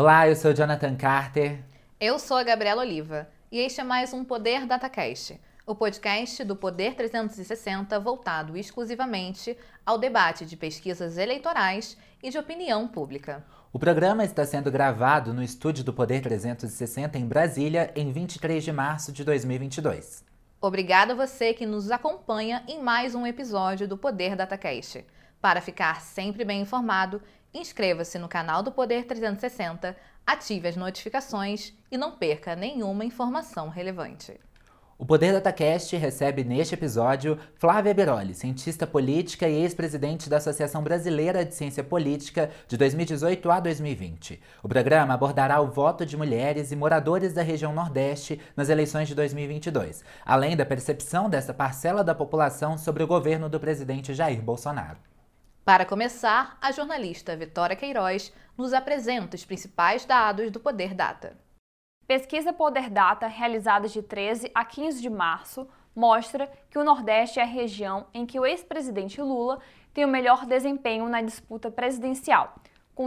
Olá, eu sou Jonathan Carter. Eu sou a Gabriela Oliva e este é mais um Poder DataCast, o podcast do Poder 360 voltado exclusivamente ao debate de pesquisas eleitorais e de opinião pública. O programa está sendo gravado no estúdio do Poder 360 em Brasília em 23 de março de 2022. Obrigada a você que nos acompanha em mais um episódio do Poder DataCast. Para ficar sempre bem informado, inscreva-se no canal do Poder 360, ative as notificações e não perca nenhuma informação relevante. O Poder DataCast recebe neste episódio Flávia Biroli, cientista política e ex-presidente da Associação Brasileira de Ciência Política de 2018 a 2020. O programa abordará o voto de mulheres e moradores da região Nordeste nas eleições de 2022, além da percepção dessa parcela da população sobre o governo do presidente Jair Bolsonaro. Para começar, a jornalista Vitória Queiroz nos apresenta os principais dados do Poder Data. Pesquisa Poder Data, realizada de 13 a 15 de março, mostra que o Nordeste é a região em que o ex-presidente Lula tem o melhor desempenho na disputa presidencial, com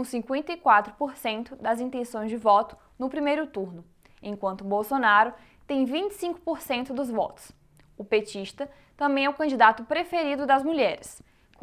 54% das intenções de voto no primeiro turno, enquanto Bolsonaro tem 25% dos votos. O petista também é o candidato preferido das mulheres.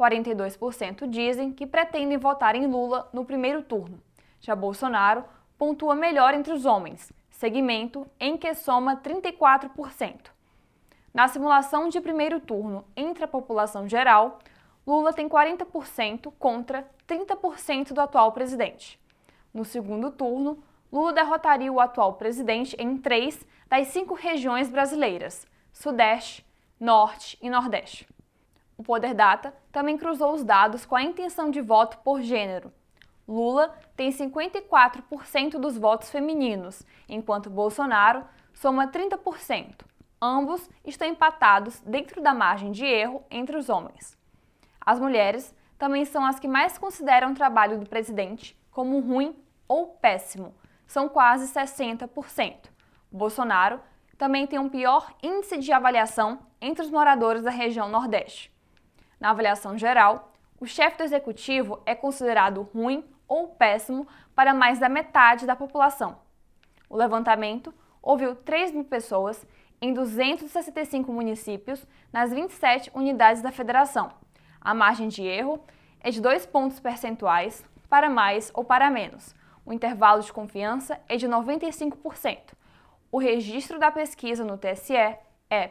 42% dizem que pretendem votar em Lula no primeiro turno. Já Bolsonaro pontua melhor entre os homens, segmento em que soma 34%. Na simulação de primeiro turno entre a população geral, Lula tem 40% contra 30% do atual presidente. No segundo turno, Lula derrotaria o atual presidente em 3 das 5 regiões brasileiras, Sudeste, Norte e Nordeste. O Poder Data também cruzou os dados com a intenção de voto por gênero. Lula tem 54% dos votos femininos, enquanto Bolsonaro soma 30%. Ambos estão empatados dentro da margem de erro entre os homens. As mulheres também são as que mais consideram o trabalho do presidente como ruim ou péssimo, são quase 60%. Bolsonaro também tem um pior índice de avaliação entre os moradores da região Nordeste. Na avaliação geral, o chefe do executivo é considerado ruim ou péssimo para mais da metade da população. O levantamento ouviu 3.000 pessoas em 265 municípios nas 27 unidades da federação. A margem de erro é de 2 pontos percentuais para mais ou para menos. O intervalo de confiança é de 95%. O registro da pesquisa no TSE é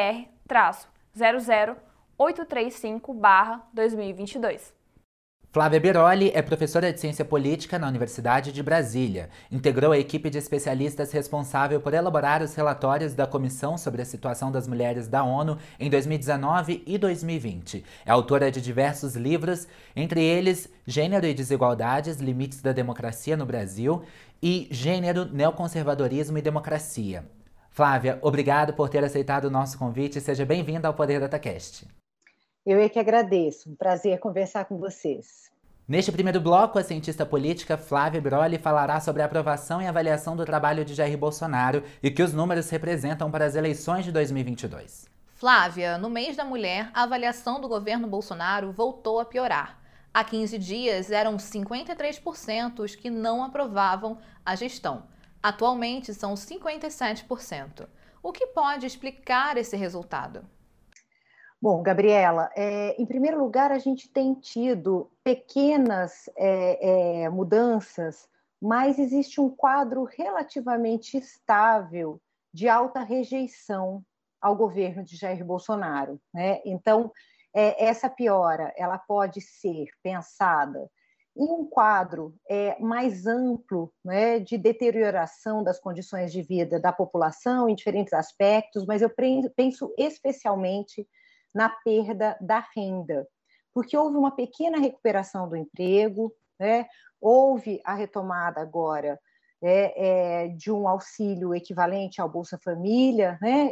BR-00835/2022. Flávia Biroli é professora de Ciência Política na Universidade de Brasília. Integrou a equipe de especialistas responsável por elaborar os relatórios da Comissão sobre a Situação das Mulheres da ONU em 2019 e 2020. É autora de diversos livros, entre eles Gênero e Desigualdades, Limites da Democracia no Brasil e Gênero, Neoconservadorismo e Democracia. Flávia, obrigado por ter aceitado o nosso convite e seja bem-vinda ao Poder DataCast. Eu é que agradeço. Um prazer conversar com vocês. Neste primeiro bloco, a cientista política Flávia Biroli falará sobre a aprovação e avaliação do trabalho de Jair Bolsonaro e o que os números representam para as eleições de 2022. Flávia, no mês da mulher, a avaliação do governo Bolsonaro voltou a piorar. Há 15 dias, eram 53% os que não aprovavam a gestão. Atualmente, são 57%. O que pode explicar esse resultado? Bom, Gabriela, em primeiro lugar, a gente tem tido pequenas mudanças, mas existe um quadro relativamente estável de alta rejeição ao governo de Jair Bolsonaro, né? Então, essa piora ela pode ser pensada em um quadro mais amplo, né, de deterioração das condições de vida da população em diferentes aspectos, mas eu penso especialmente na perda da renda, porque houve uma pequena recuperação do emprego, né? Houve a retomada agora de um auxílio equivalente ao Bolsa Família, né?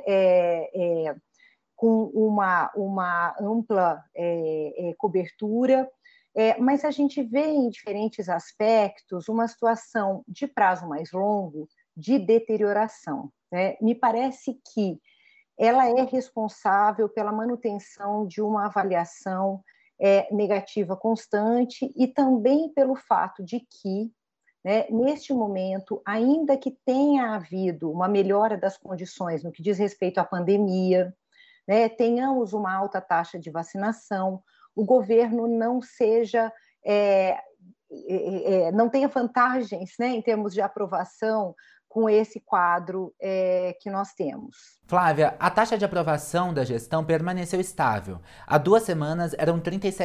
Com uma ampla cobertura, mas a gente vê em diferentes aspectos uma situação de prazo mais longo de deterioração, né? Me parece que ela é responsável pela manutenção de uma avaliação negativa constante e também pelo fato de que né, neste momento, ainda que tenha havido uma melhora das condições no que diz respeito à pandemia, né, tenhamos uma alta taxa de vacinação, o governo não seja, não tenha vantagens, né, em termos de aprovação com esse quadro que nós temos. Flávia, a taxa de aprovação da gestão permaneceu estável. Há 2 semanas eram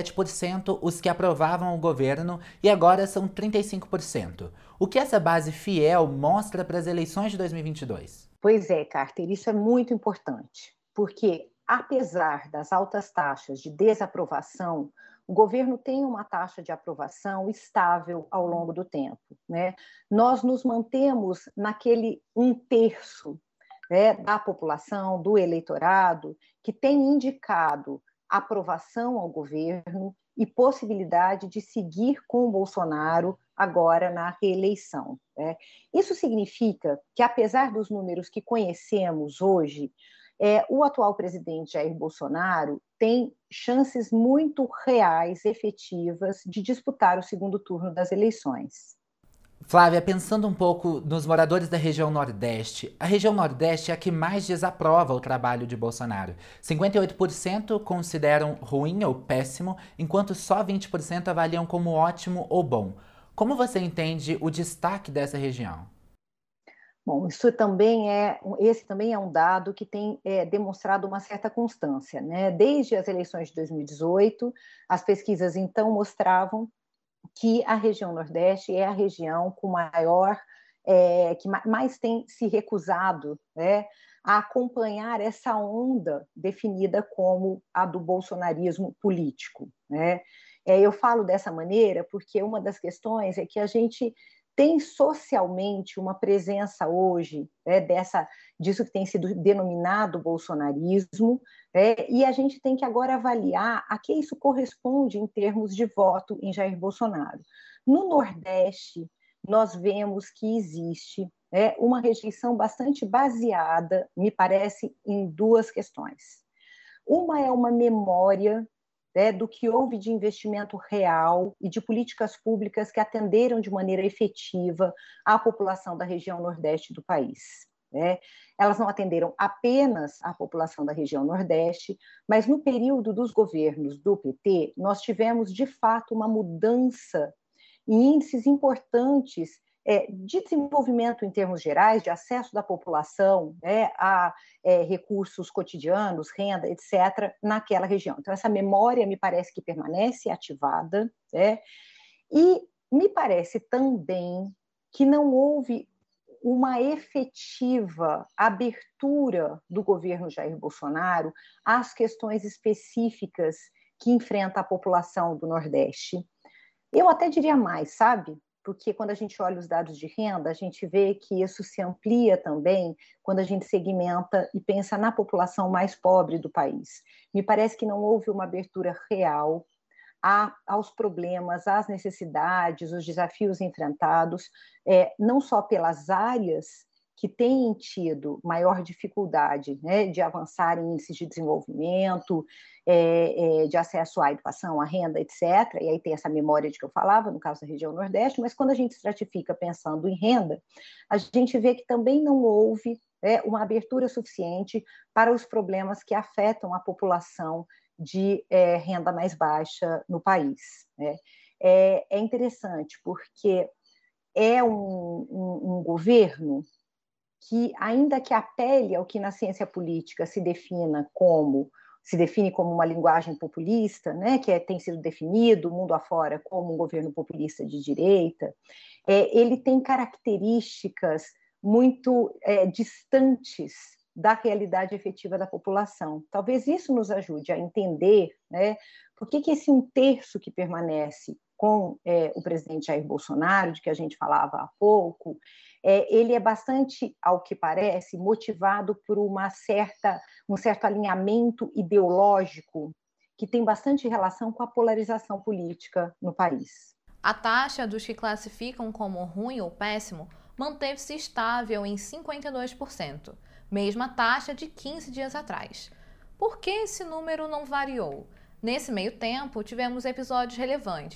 37% os que aprovavam o governo e agora são 35%. O que essa base fiel mostra para as eleições de 2022? Pois é, Carter, isso é muito importante, porque apesar das altas taxas de desaprovação, o governo tem uma taxa de aprovação estável ao longo do tempo, né? Nós nos mantemos naquele 1/3, né, da população, do eleitorado, que tem indicado aprovação ao governo e possibilidade de seguir com o Bolsonaro agora na reeleição, né? Isso significa que, apesar dos números que conhecemos hoje, o atual presidente Jair Bolsonaro tem chances muito reais, efetivas, de disputar o segundo turno das eleições. Flávia, pensando um pouco nos moradores da região Nordeste, a região Nordeste é a que mais desaprova o trabalho de Bolsonaro. 58% consideram ruim ou péssimo, enquanto só 20% avaliam como ótimo ou bom. Como você entende o destaque dessa região? Bom, esse também é um dado que tem demonstrado uma certa constância, né? Desde as eleições de 2018, as pesquisas então mostravam que a região Nordeste é a região com maior, que mais tem se recusado, né, a acompanhar essa onda definida como a do bolsonarismo político, né? Eu falo dessa maneira porque uma das questões é que a gente tem socialmente uma presença hoje, né, disso que tem sido denominado bolsonarismo, e a gente tem que agora avaliar a que isso corresponde em termos de voto em Jair Bolsonaro. No Nordeste, nós vemos que existe uma rejeição bastante baseada, me parece, em 2 questões. Uma é uma memória do que houve de investimento real e de políticas públicas que atenderam de maneira efetiva a população da região Nordeste do país. Elas não atenderam apenas a população da região Nordeste, mas no período dos governos do PT, nós tivemos, de fato, uma mudança em índices importantes de desenvolvimento em termos gerais, de acesso da população a recursos cotidianos, renda, etc., naquela região. Então, essa memória me parece que permanece ativada, e me parece também que não houve uma efetiva abertura do governo Jair Bolsonaro às questões específicas que enfrenta a população do Nordeste. Eu até diria mais, sabe? Porque quando a gente olha os dados de renda, a gente vê que isso se amplia também quando a gente segmenta e pensa na população mais pobre do país. Me parece que não houve uma abertura real aos problemas, às necessidades, os desafios enfrentados, não só pelas áreas que têm tido maior dificuldade de avançar em índices de desenvolvimento, de acesso à educação, à renda, etc. E aí tem essa memória de que eu falava, no caso da região Nordeste, mas quando a gente estratifica pensando em renda, a gente vê que também não houve uma abertura suficiente para os problemas que afetam a população de renda mais baixa no país. É interessante, porque é um governo que, ainda que apele ao que na ciência política se define como uma linguagem populista, que tem sido definido mundo afora como um governo populista de direita, ele tem características muito distantes da realidade efetiva da população. Talvez isso nos ajude a entender por que esse 1/3 que permanece com o presidente Jair Bolsonaro, de que a gente falava há pouco, ele é bastante, ao que parece, motivado por um certo alinhamento ideológico que tem bastante relação com a polarização política no país. A taxa dos que classificam como ruim ou péssimo manteve-se estável em 52%, mesma taxa de 15 dias atrás. Por que esse número não variou? Nesse meio tempo, tivemos episódios relevantes,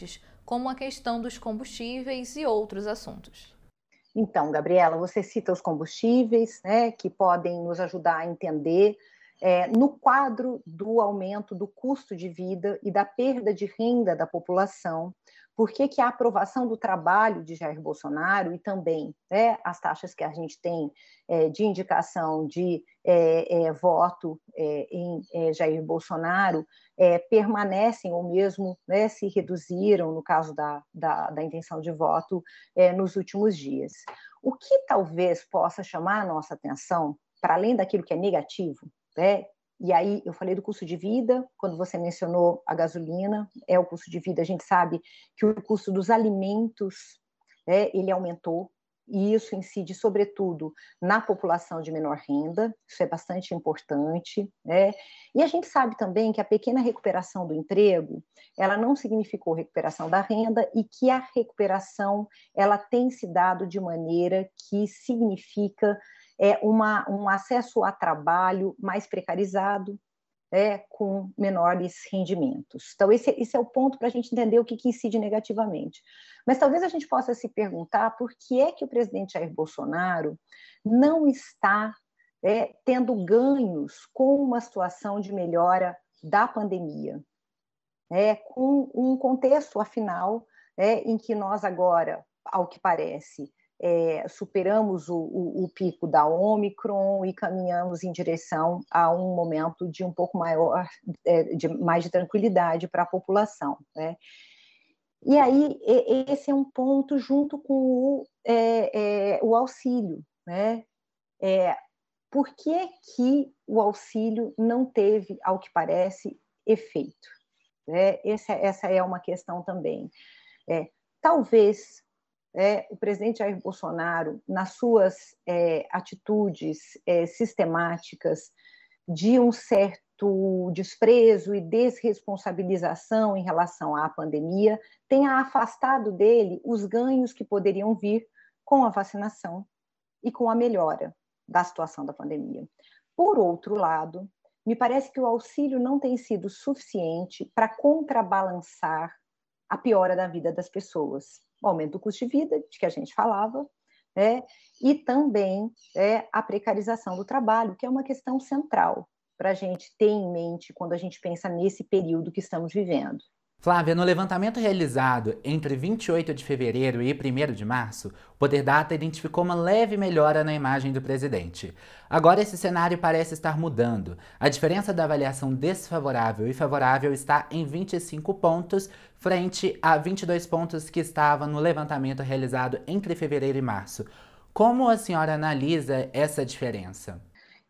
como a questão dos combustíveis e outros assuntos. Então, Gabriela, você cita os combustíveis, né, que podem nos ajudar a entender no quadro do aumento do custo de vida e da perda de renda da população, por que a aprovação do trabalho de Jair Bolsonaro e também as taxas que a gente tem de indicação de voto em Jair Bolsonaro permanecem ou mesmo se reduziram, no caso da intenção de voto, nos últimos dias. O que talvez possa chamar a nossa atenção, para além daquilo que é negativo, e aí eu falei do custo de vida, quando você mencionou a gasolina, o custo de vida, a gente sabe que o custo dos alimentos, ele aumentou, e isso incide sobretudo na população de menor renda, isso é bastante importante, e a gente sabe também que a pequena recuperação do emprego, ela não significou recuperação da renda e que a recuperação, ela tem se dado de maneira que significa um acesso a trabalho mais precarizado, com menores rendimentos. Então, esse é o ponto para a gente entender o que incide negativamente. Mas talvez a gente possa se perguntar por que é que o presidente Jair Bolsonaro não está tendo ganhos com uma situação de melhora da pandemia, com um contexto, afinal, em que nós agora, ao que parece, superamos o pico da Ômicron e caminhamos em direção a um momento de um pouco maior, mais de tranquilidade para a população, E aí, esse é um ponto junto com o auxílio, Por que o auxílio não teve, ao que parece, efeito? Essa é uma questão também. Talvez o presidente Jair Bolsonaro, nas suas atitudes sistemáticas de um certo desprezo e desresponsabilização em relação à pandemia, tenha afastado dele os ganhos que poderiam vir com a vacinação e com a melhora da situação da pandemia. Por outro lado, me parece que o auxílio não tem sido suficiente para contrabalançar a piora da vida das pessoas. O aumento do custo de vida, de que a gente falava, e também a precarização do trabalho, que é uma questão central para a gente ter em mente quando a gente pensa nesse período que estamos vivendo. Flávia, no levantamento realizado entre 28 de fevereiro e 1º de março, o Poder Data identificou uma leve melhora na imagem do presidente. Agora esse cenário parece estar mudando. A diferença da avaliação desfavorável e favorável está em 25 pontos, frente a 22 pontos que estava no levantamento realizado entre fevereiro e março. Como a senhora analisa essa diferença?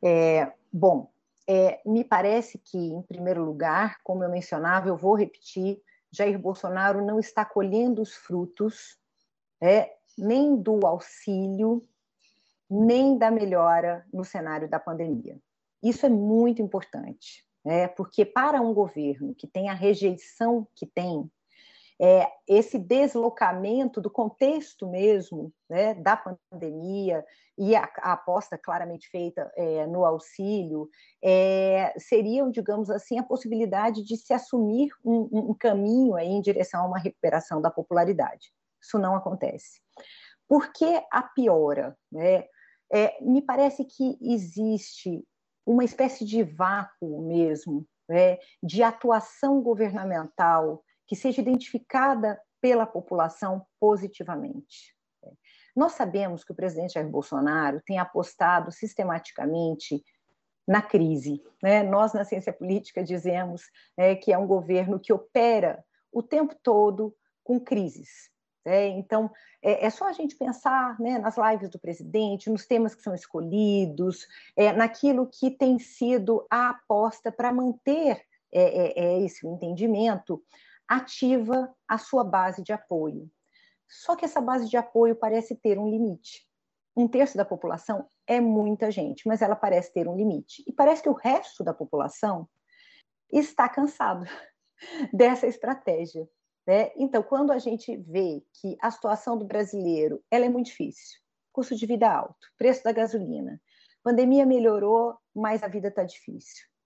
Me parece que, em primeiro lugar, como eu mencionava, eu vou repetir, Jair Bolsonaro não está colhendo os frutos nem do auxílio, nem da melhora no cenário da pandemia. Isso é muito importante, porque para um governo que tem a rejeição que tem, esse deslocamento do contexto mesmo da pandemia e a aposta claramente feita no auxílio seriam, digamos assim, a possibilidade de se assumir um caminho aí em direção a uma recuperação da popularidade. Isso não acontece. Por que a piora? Me parece que existe uma espécie de vácuo mesmo de atuação governamental que seja identificada pela população positivamente. Nós sabemos que o presidente Jair Bolsonaro tem apostado sistematicamente na crise. Nós, na ciência política, dizemos que é um governo que opera o tempo todo com crises. Então, é só a gente pensar nas lives do presidente, nos temas que são escolhidos, naquilo que tem sido a aposta para manter esse entendimento, ativa a sua base de apoio. Só que essa base de apoio parece ter um limite. 1/3 da população é muita gente, mas ela parece ter um limite. E parece que o resto da população está cansado dessa estratégia. Então, quando a gente vê que a situação do brasileiro ela é muito difícil, custo de vida alto, preço da gasolina, pandemia melhorou, mas a vida está difícil.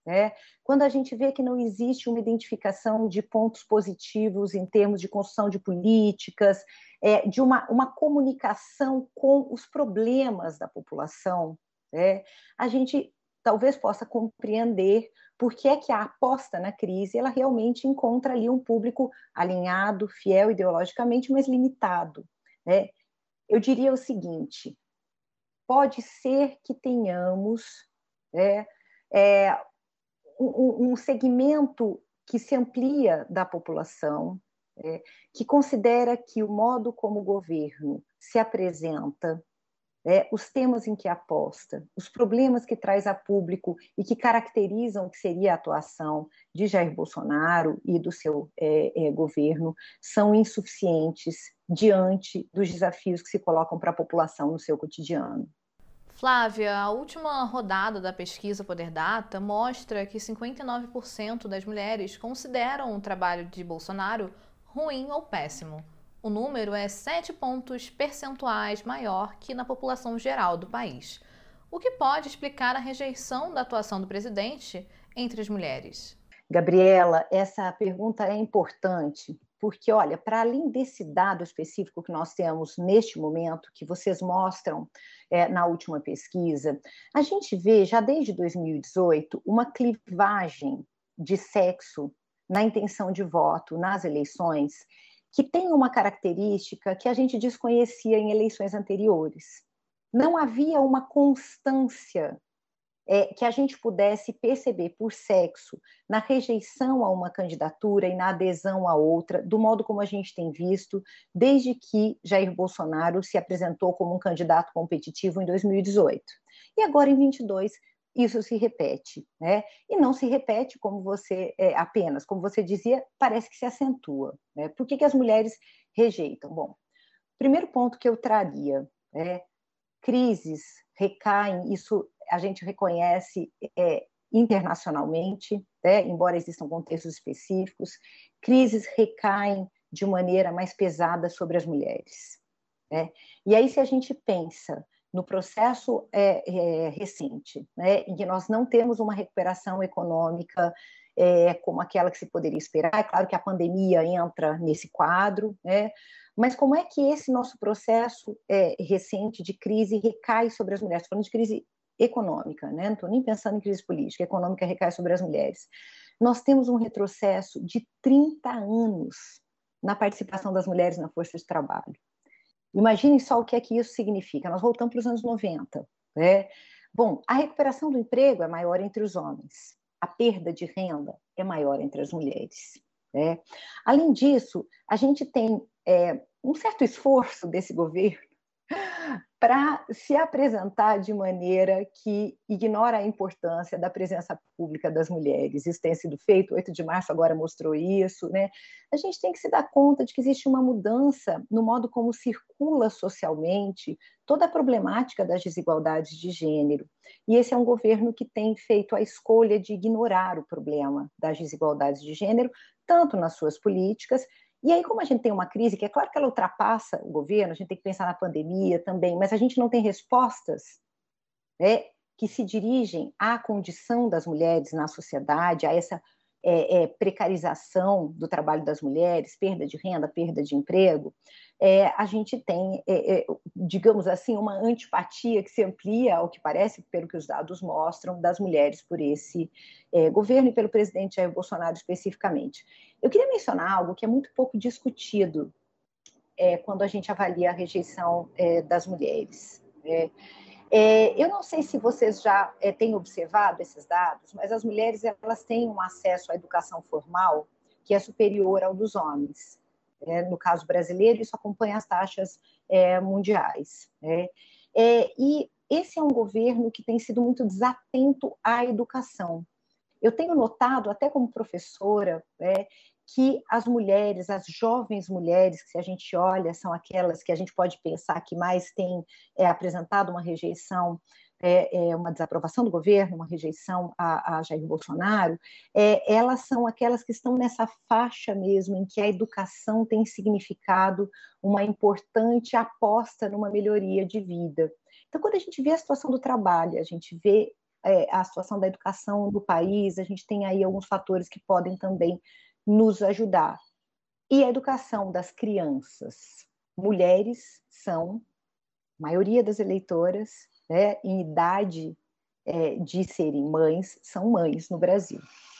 né? Quando a gente vê que não existe uma identificação de pontos positivos em termos de construção de políticas, de uma comunicação com os problemas da população, né? A gente talvez possa compreender por que é que a aposta na crise ela realmente encontra ali um público alinhado, fiel ideologicamente, mas limitado, né? Eu diria o seguinte: pode ser que tenhamos, né, um segmento que se amplia da população, que considera que o modo como o governo se apresenta, os temas em que aposta, os problemas que traz a público e que caracterizam o que seria a atuação de Jair Bolsonaro e do seu governo são insuficientes diante dos desafios que se colocam para a população no seu cotidiano. Flávia, a última rodada da pesquisa Poder Data mostra que 59% das mulheres consideram o trabalho de Bolsonaro ruim ou péssimo. O número é 7 pontos percentuais maior que na população geral do país. O que pode explicar a rejeição da atuação do presidente entre as mulheres? Gabriela, essa pergunta é importante, porque, olha, para além desse dado específico que nós temos neste momento, que vocês mostram na última pesquisa, a gente vê já desde 2018 uma clivagem de sexo na intenção de voto nas eleições, que tem uma característica que a gente desconhecia em eleições anteriores. Não havia uma constância que a gente pudesse perceber por sexo na rejeição a uma candidatura e na adesão a outra, do modo como a gente tem visto desde que Jair Bolsonaro se apresentou como um candidato competitivo em 2018. E agora, em 22, isso se repete, né? E não se repete como você apenas, como você dizia, parece que se acentua, né? Por que as mulheres rejeitam? Bom, primeiro ponto que eu traria, crises recaem, isso a gente reconhece internacionalmente, embora existam contextos específicos, crises recaem de maneira mais pesada sobre as mulheres. E aí, se a gente pensa no processo recente, em que nós não temos uma recuperação econômica como aquela que se poderia esperar, é claro que a pandemia entra nesse quadro, mas como é que esse nosso processo recente de crise recai sobre as mulheres? Estou falando de crise econômica, não estou nem pensando em crise política, econômica recai sobre as mulheres. Nós temos um retrocesso de 30 anos na participação das mulheres na força de trabalho. Imaginem só o que é que isso significa. Nós voltamos para os anos 90. Bom, a recuperação do emprego é maior entre os homens, a perda de renda é maior entre as mulheres. Além disso, a gente tem um certo esforço desse governo para se apresentar de maneira que ignora a importância da presença pública das mulheres. Isso tem sido feito, 8 de março agora mostrou isso, A gente tem que se dar conta de que existe uma mudança no modo como circula socialmente toda a problemática das desigualdades de gênero. E esse é um governo que tem feito a escolha de ignorar o problema das desigualdades de gênero, tanto nas suas políticas. E aí, como a gente tem uma crise, que é claro que ela ultrapassa o governo, a gente tem que pensar na pandemia também, mas a gente não tem respostas que se dirigem à condição das mulheres na sociedade, a essa precarização do trabalho das mulheres, perda de renda, perda de emprego, a gente tem, digamos assim, uma antipatia que se amplia, ao que parece, pelo que os dados mostram, das mulheres por esse governo e pelo presidente Jair Bolsonaro especificamente. Eu queria mencionar algo que é muito pouco discutido quando a gente avalia a rejeição das mulheres. Eu não sei se vocês já têm observado esses dados, mas as mulheres elas têm um acesso à educação formal que é superior ao dos homens. No caso brasileiro, isso acompanha as taxas mundiais. E esse é um governo que tem sido muito desatento à educação. Eu tenho notado, até como professora, que as mulheres, as jovens mulheres, que se a gente olha, são aquelas que a gente pode pensar que mais têm apresentado uma rejeição, uma desaprovação do governo, uma rejeição a Jair Bolsonaro, elas são aquelas que estão nessa faixa mesmo em que a educação tem significado uma importante aposta numa melhoria de vida. Então, quando a gente vê a situação do trabalho, a gente vê a situação da educação no país, a gente tem aí alguns fatores que podem também nos ajudar. E a educação das crianças. Mulheres são, a maioria das eleitoras, né, em idade de serem mães, são mães no Brasil.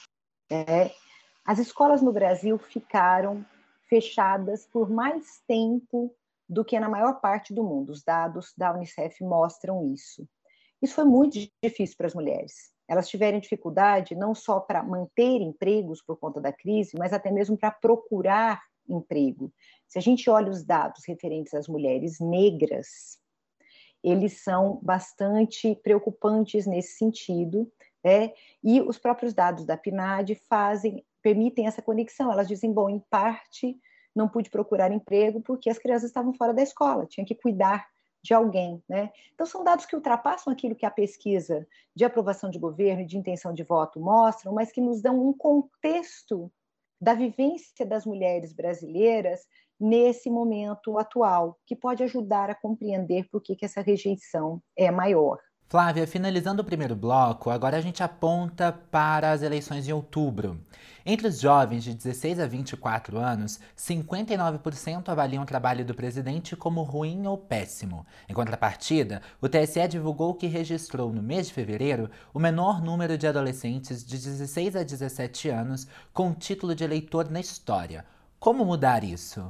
As escolas no Brasil ficaram fechadas por mais tempo do que na maior parte do mundo. Os dados da Unicef mostram isso. Isso foi muito difícil para as mulheres. Elas tiveram dificuldade não só para manter empregos por conta da crise, mas até mesmo para procurar emprego. Se a gente olha os dados referentes às mulheres negras, eles são bastante preocupantes nesse sentido, e os próprios dados da PNAD permitem essa conexão. Elas dizem, bom, em parte não pude procurar emprego porque as crianças estavam fora da escola, tinha que cuidar de alguém, né? Então, são dados que ultrapassam aquilo que a pesquisa de aprovação de governo e de intenção de voto mostram, mas que nos dão um contexto da vivência das mulheres brasileiras nesse momento atual, que pode ajudar a compreender por que essa rejeição é maior. Flávia, finalizando o primeiro bloco, agora a gente aponta para as eleições em outubro. Entre os jovens de 16 a 24 anos, 59% avaliam o trabalho do presidente como ruim ou péssimo. Em contrapartida, o TSE divulgou que registrou no mês de fevereiro o menor número de adolescentes de 16 a 17 anos com título de eleitor na história. Como mudar isso?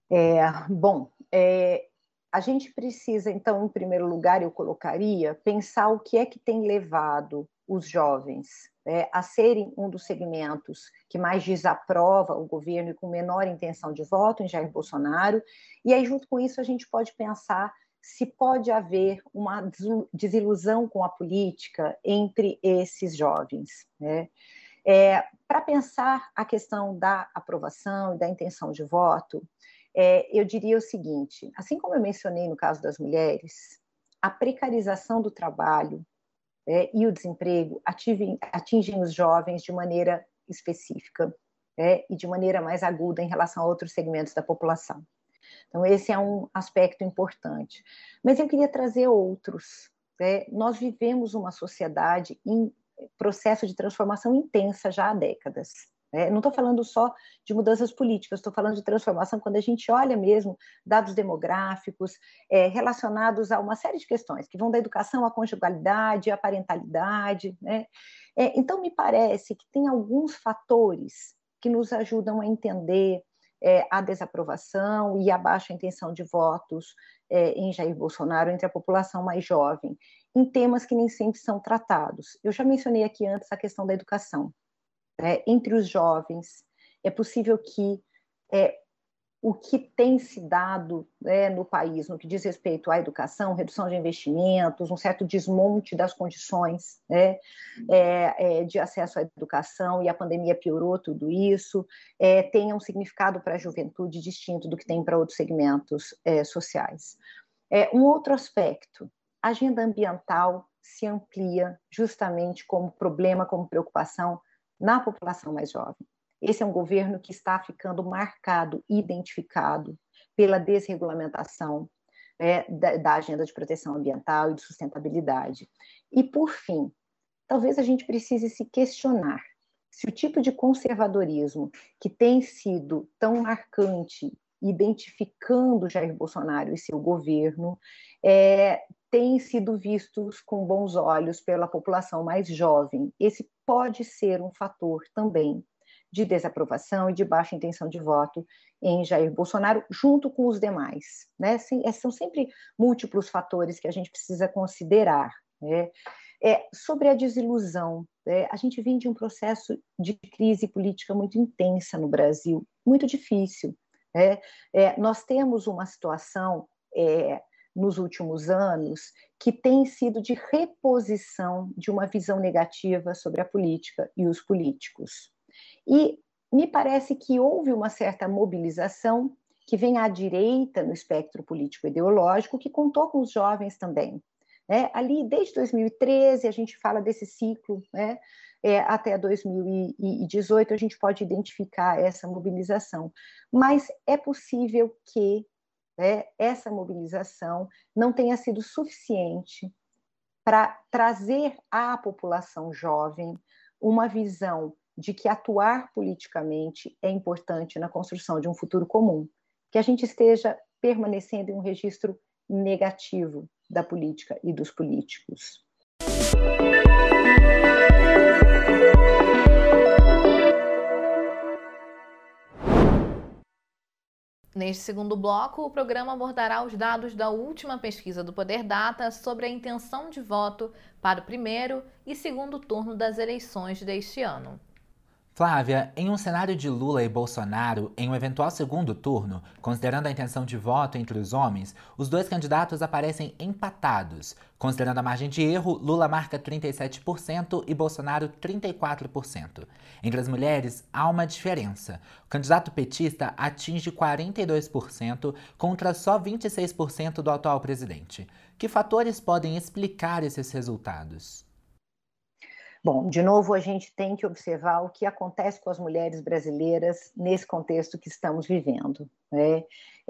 A gente precisa, então, em primeiro lugar, eu colocaria, pensar o que é que tem levado os jovens a serem um dos segmentos que mais desaprova o governo e com menor intenção de voto em Jair Bolsonaro. E aí, junto com isso, a gente pode pensar se pode haver uma desilusão com a política entre esses jovens, né? Para pensar a questão da aprovação e da intenção de voto, eu diria o seguinte, assim como eu mencionei no caso das mulheres, a precarização do trabalho e o desemprego atingem os jovens de maneira específica e de maneira mais aguda em relação a outros segmentos da população. Então, esse é um aspecto importante. Mas eu queria trazer outros. Nós vivemos uma sociedade em processo de transformação intensa já há décadas. Não estou falando só de mudanças políticas, estou falando de transformação quando a gente olha mesmo dados demográficos relacionados a uma série de questões que vão da educação à conjugalidade, à parentalidade, né? Então, me parece que tem alguns fatores que nos ajudam a entender a desaprovação e a baixa intenção de votos em Jair Bolsonaro entre a população mais jovem, em temas que nem sempre são tratados. Eu já mencionei aqui antes a questão da educação. Entre os jovens, é possível que o que tem se dado no país, no que diz respeito à educação, redução de investimentos, um certo desmonte das condições de acesso à educação, e a pandemia piorou tudo isso, tenha um significado para a juventude distinto do que tem para outros segmentos sociais. Um outro aspecto, a agenda ambiental se amplia justamente como problema, como preocupação na população mais jovem. Esse é um governo que está ficando marcado, identificado pela desregulamentação da agenda de proteção ambiental e de sustentabilidade. E, por fim, talvez a gente precise se questionar se o tipo de conservadorismo que tem sido tão marcante, identificando Jair Bolsonaro e seu governo, têm sido vistos com bons olhos pela população mais jovem. Esse pode ser um fator também de desaprovação e de baixa intenção de voto em Jair Bolsonaro, junto com os demais, né? São sempre múltiplos fatores que a gente precisa considerar, né? Sobre a desilusão, a gente vem de um processo de crise política muito intensa no Brasil, muito difícil. Nós temos uma situação nos últimos anos que tem sido de reposição de uma visão negativa sobre a política e os políticos. E me parece que houve uma certa mobilização que vem à direita no espectro político-ideológico, que contou com os jovens também. Ali, desde 2013, a gente fala desse ciclo, até 2018, a gente pode identificar essa mobilização. Mas é possível que essa mobilização não tenha sido suficiente para trazer à população jovem uma visão de que atuar politicamente é importante na construção de um futuro comum, que a gente esteja permanecendo em um registro negativo da política e dos políticos. Neste segundo bloco, o programa abordará os dados da última pesquisa do Poder Data sobre a intenção de voto para o primeiro e segundo turno das eleições deste ano. Flávia, em um cenário de Lula e Bolsonaro, em um eventual segundo turno, considerando a intenção de voto entre os homens, os dois candidatos aparecem empatados. Considerando a margem de erro, Lula marca 37% e Bolsonaro 34%. Entre as mulheres, há uma diferença. O candidato petista atinge 42% contra só 26% do atual presidente. Que fatores podem explicar esses resultados? Bom, de novo, a gente tem que observar o que acontece com as mulheres brasileiras nesse contexto que estamos vivendo, né?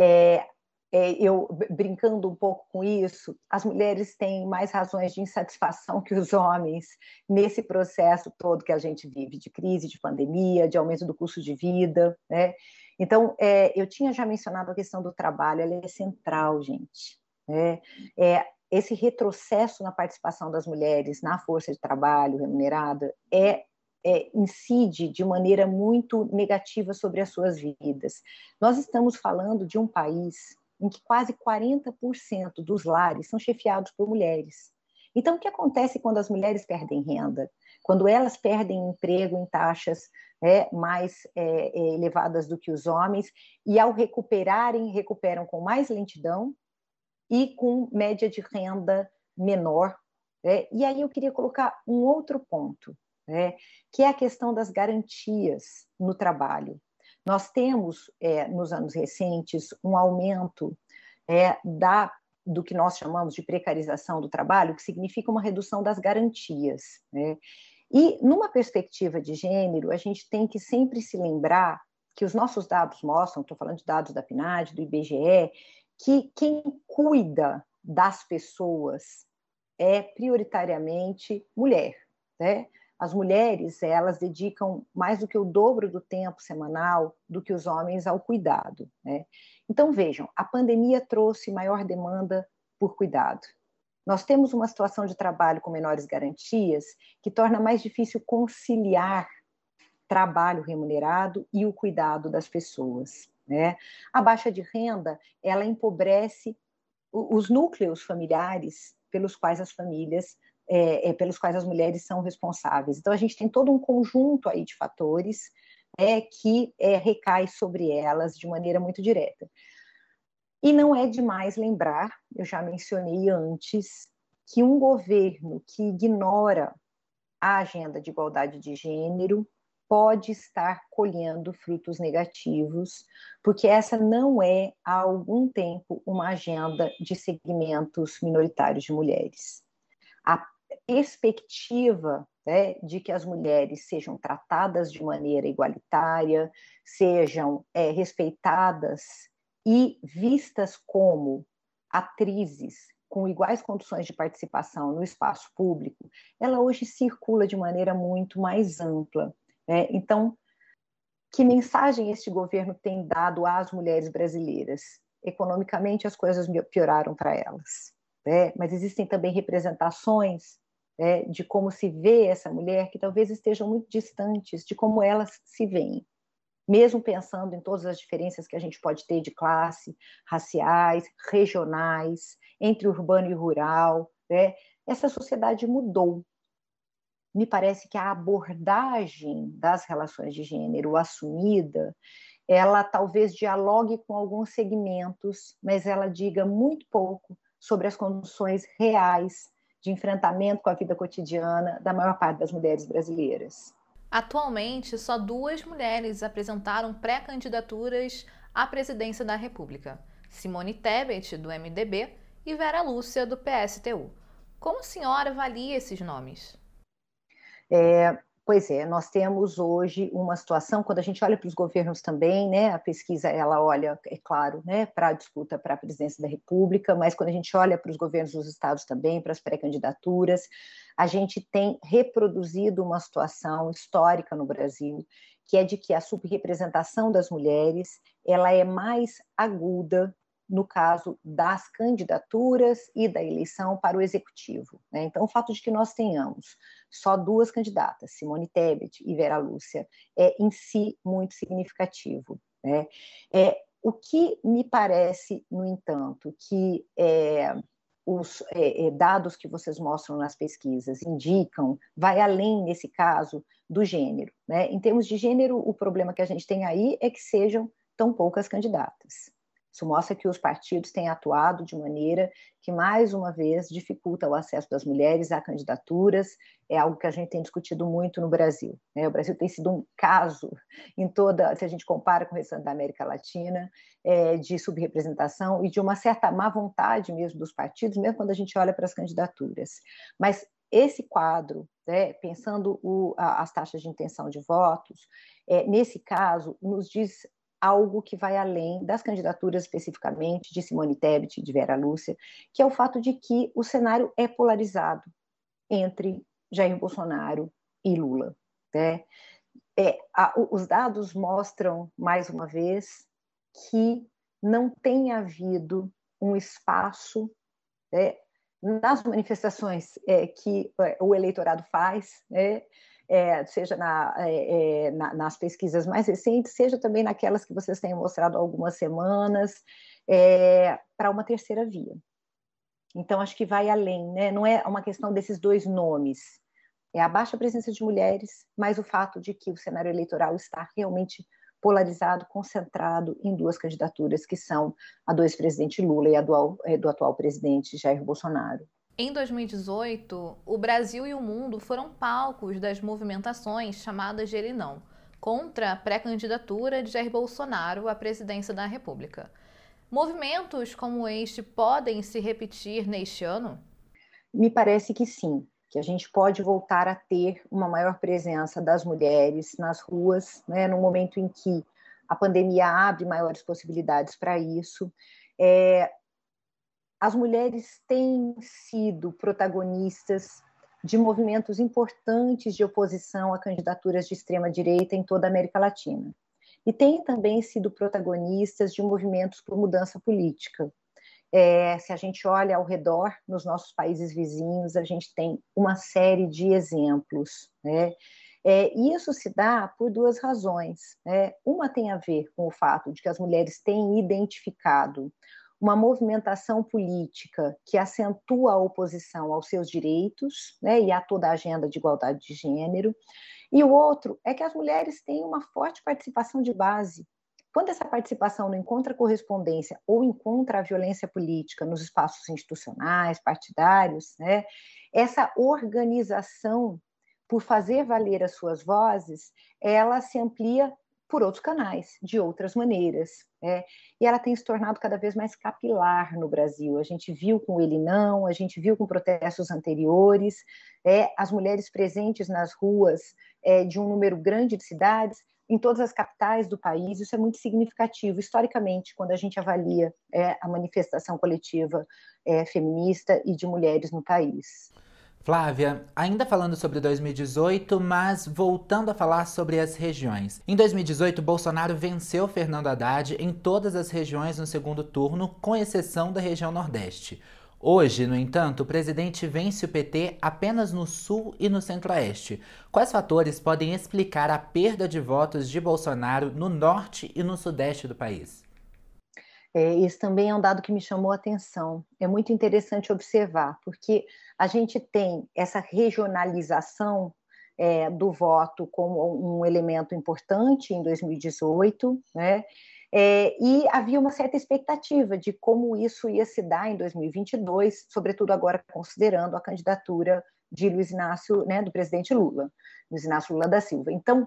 Eu, brincando um pouco com isso, as mulheres têm mais razões de insatisfação que os homens nesse processo todo que a gente vive, de crise, de pandemia, de aumento do custo de vida, né? Então, eu tinha já mencionado a questão do trabalho, ela é central, gente, né? Esse retrocesso na participação das mulheres na força de trabalho remunerada incide de maneira muito negativa sobre as suas vidas. Nós estamos falando de um país em que quase 40% dos lares são chefiados por mulheres. Então, o que acontece quando as mulheres perdem renda? Quando elas perdem emprego em taxas mais elevadas do que os homens, e ao recuperam com mais lentidão, e com média de renda menor. E aí eu queria colocar um outro ponto, que é a questão das garantias no trabalho. Nós temos, nos anos recentes, um aumento do que nós chamamos de precarização do trabalho, que significa uma redução das garantias. E, numa perspectiva de gênero, a gente tem que sempre se lembrar que os nossos dados mostram, estou falando de dados da PNAD, do IBGE, que quem cuida das pessoas é prioritariamente mulher, né? As mulheres, elas dedicam mais do que o dobro do tempo semanal do que os homens ao cuidado, né? Então, vejam, a pandemia trouxe maior demanda por cuidado. Nós temos uma situação de trabalho com menores garantias que torna mais difícil conciliar trabalho remunerado e o cuidado das pessoas, né? A baixa de renda, ela empobrece os núcleos familiares pelos quais as famílias, pelos quais as mulheres são responsáveis. Então, a gente tem todo um conjunto aí de fatores que recai sobre elas de maneira muito direta. E não é demais lembrar, eu já mencionei antes, que um governo que ignora a agenda de igualdade de gênero pode estar colhendo frutos negativos, porque essa não é, há algum tempo, uma agenda de segmentos minoritários de mulheres. A perspectiva de que as mulheres sejam tratadas de maneira igualitária, sejam respeitadas e vistas como atrizes com iguais condições de participação no espaço público, ela hoje circula de maneira muito mais ampla. Então, que mensagem este governo tem dado às mulheres brasileiras? Economicamente, as coisas pioraram para elas, mas existem também representações de como se vê essa mulher que talvez estejam muito distantes de como elas se veem, mesmo pensando em todas as diferenças que a gente pode ter de classe, raciais, regionais, entre urbano e rural. Essa sociedade mudou. Me parece que a abordagem das relações de gênero assumida, ela talvez dialogue com alguns segmentos, mas ela diga muito pouco sobre as condições reais de enfrentamento com a vida cotidiana da maior parte das mulheres brasileiras. Atualmente, só 2 mulheres apresentaram pré-candidaturas à presidência da República: Simone Tebet, do MDB, e Vera Lúcia, do PSTU. Como a senhora avalia esses nomes? Pois é, nós temos hoje uma situação, quando a gente olha para os governos também, né, a pesquisa ela olha, é claro, né, para a disputa para a presidência da República, mas quando a gente olha para os governos dos estados também, para as pré-candidaturas, a gente tem reproduzido uma situação histórica no Brasil, que é de que a subrepresentação das mulheres ela é mais aguda no caso das candidaturas e da eleição para o executivo, né? Então, o fato de que nós tenhamos só duas candidatas, Simone Tebet e Vera Lúcia, é em si muito significativo, né? O que me parece, no entanto, que os dados que vocês mostram nas pesquisas indicam, vai além, nesse caso, do gênero, né? Em termos de gênero, o problema que a gente tem aí é que sejam tão poucas candidatas. Isso mostra que os partidos têm atuado de maneira que, mais uma vez, dificulta o acesso das mulheres a candidaturas. É algo que a gente tem discutido muito no Brasil, né? O Brasil tem sido um caso em toda, se a gente compara com o restante da América Latina, de subrepresentação e de uma certa má vontade mesmo dos partidos, mesmo quando a gente olha para as candidaturas. Mas esse quadro, né, pensando as taxas de intenção de votos, nesse caso, nos diz algo que vai além das candidaturas especificamente de Simone Tebet e de Vera Lúcia, que é o fato de que o cenário é polarizado entre Jair Bolsonaro e Lula, né? Os dados mostram, mais uma vez, que não tem havido um espaço, né, nas manifestações que o eleitorado faz, né, seja nas pesquisas mais recentes, seja também naquelas que vocês têm mostrado há algumas semanas, para uma terceira via. Então, acho que vai além, né? Não é uma questão desses dois nomes, é a baixa presença de mulheres, mas o fato de que o cenário eleitoral está realmente polarizado, concentrado em duas candidaturas, que são a do ex-presidente Lula e a do atual presidente Jair Bolsonaro. Em 2018, o Brasil e o mundo foram palcos das movimentações chamadas de Ele Não, contra a pré-candidatura de Jair Bolsonaro à presidência da República. Movimentos como este podem se repetir neste ano? Me parece que sim, que a gente pode voltar a ter uma maior presença das mulheres nas ruas, né, no momento em que a pandemia abre maiores possibilidades para isso. As mulheres têm sido protagonistas de movimentos importantes de oposição a candidaturas de extrema-direita em toda a América Latina. E têm também sido protagonistas de movimentos por mudança política. Se a gente olha ao redor, nos nossos países vizinhos, a gente tem uma série de exemplos, né? E isso se dá por duas razões, né? Uma tem a ver com o fato de que as mulheres têm identificado uma movimentação política que acentua a oposição aos seus direitos, né, e a toda a agenda de igualdade de gênero. E o outro é que as mulheres têm uma forte participação de base. Quando essa participação não encontra correspondência ou encontra a violência política nos espaços institucionais, partidários, né, essa organização por fazer valer as suas vozes, ela se amplia por outros canais, de outras maneiras. E ela tem se tornado cada vez mais capilar no Brasil. A gente viu com o Ele Não, a gente viu com protestos anteriores, as mulheres presentes nas ruas de um número grande de cidades, em todas as capitais do país. Isso é muito significativo, historicamente, quando a gente avalia a manifestação coletiva feminista e de mulheres no país. Flávia, ainda falando sobre 2018, mas voltando a falar sobre as regiões. Em 2018, Bolsonaro venceu Fernando Haddad em todas as regiões no segundo turno, com exceção da região Nordeste. Hoje, no entanto, o presidente vence o PT apenas no Sul e no Centro-Oeste. Quais fatores podem explicar a perda de votos de Bolsonaro no Norte e no Sudeste do país? Esse também é um dado que me chamou a atenção. É muito interessante observar, porque a gente tem essa regionalização do voto como um elemento importante em 2018, né? E havia uma certa expectativa de como isso ia se dar em 2022, sobretudo agora considerando a candidatura de Luiz Inácio, né, do presidente Lula, Luiz Inácio Lula da Silva. Então,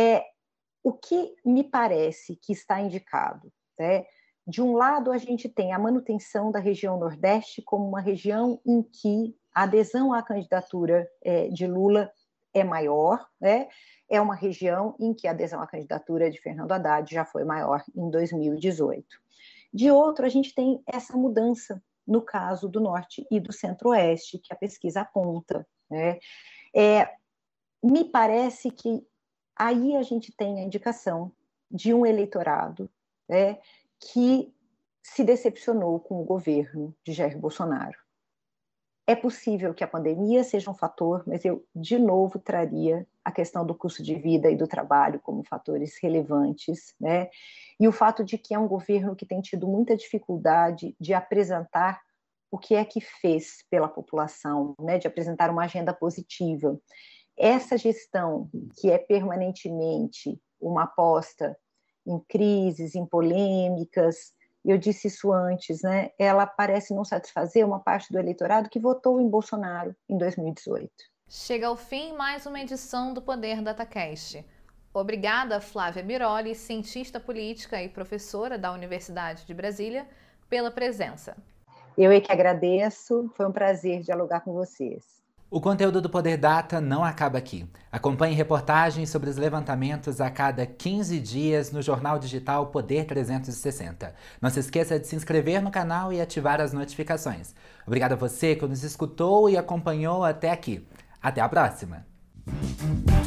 o que me parece que está indicado, né? De um lado, a gente tem a manutenção da região Nordeste como uma região em que a adesão à candidatura de Lula é maior, né? É uma região em que a adesão à candidatura de Fernando Haddad já foi maior em 2018. De outro, a gente tem essa mudança no caso do Norte e do Centro-Oeste, que a pesquisa aponta, né? Me parece que aí a gente tem a indicação de um eleitorado, né, que se decepcionou com o governo de Jair Bolsonaro. É possível que a pandemia seja um fator, mas eu, de novo, traria a questão do custo de vida e do trabalho como fatores relevantes, né? E o fato de que é um governo que tem tido muita dificuldade de apresentar o que é que fez pela população, né? De apresentar uma agenda positiva. Essa gestão, que é permanentemente uma aposta em crises, em polêmicas, eu disse isso antes, né? Ela parece não satisfazer uma parte do eleitorado que votou em Bolsonaro em 2018. Chega ao fim mais uma edição do Poder DataCast. Obrigada, Flávia Biroli, cientista política e professora da Universidade de Brasília, pela presença. Eu é que agradeço, foi um prazer dialogar com vocês. O conteúdo do Poder Data não acaba aqui. Acompanhe reportagens sobre os levantamentos a cada 15 dias no jornal digital Poder 360. Não se esqueça de se inscrever no canal e ativar as notificações. Obrigado a você que nos escutou e acompanhou até aqui. Até a próxima!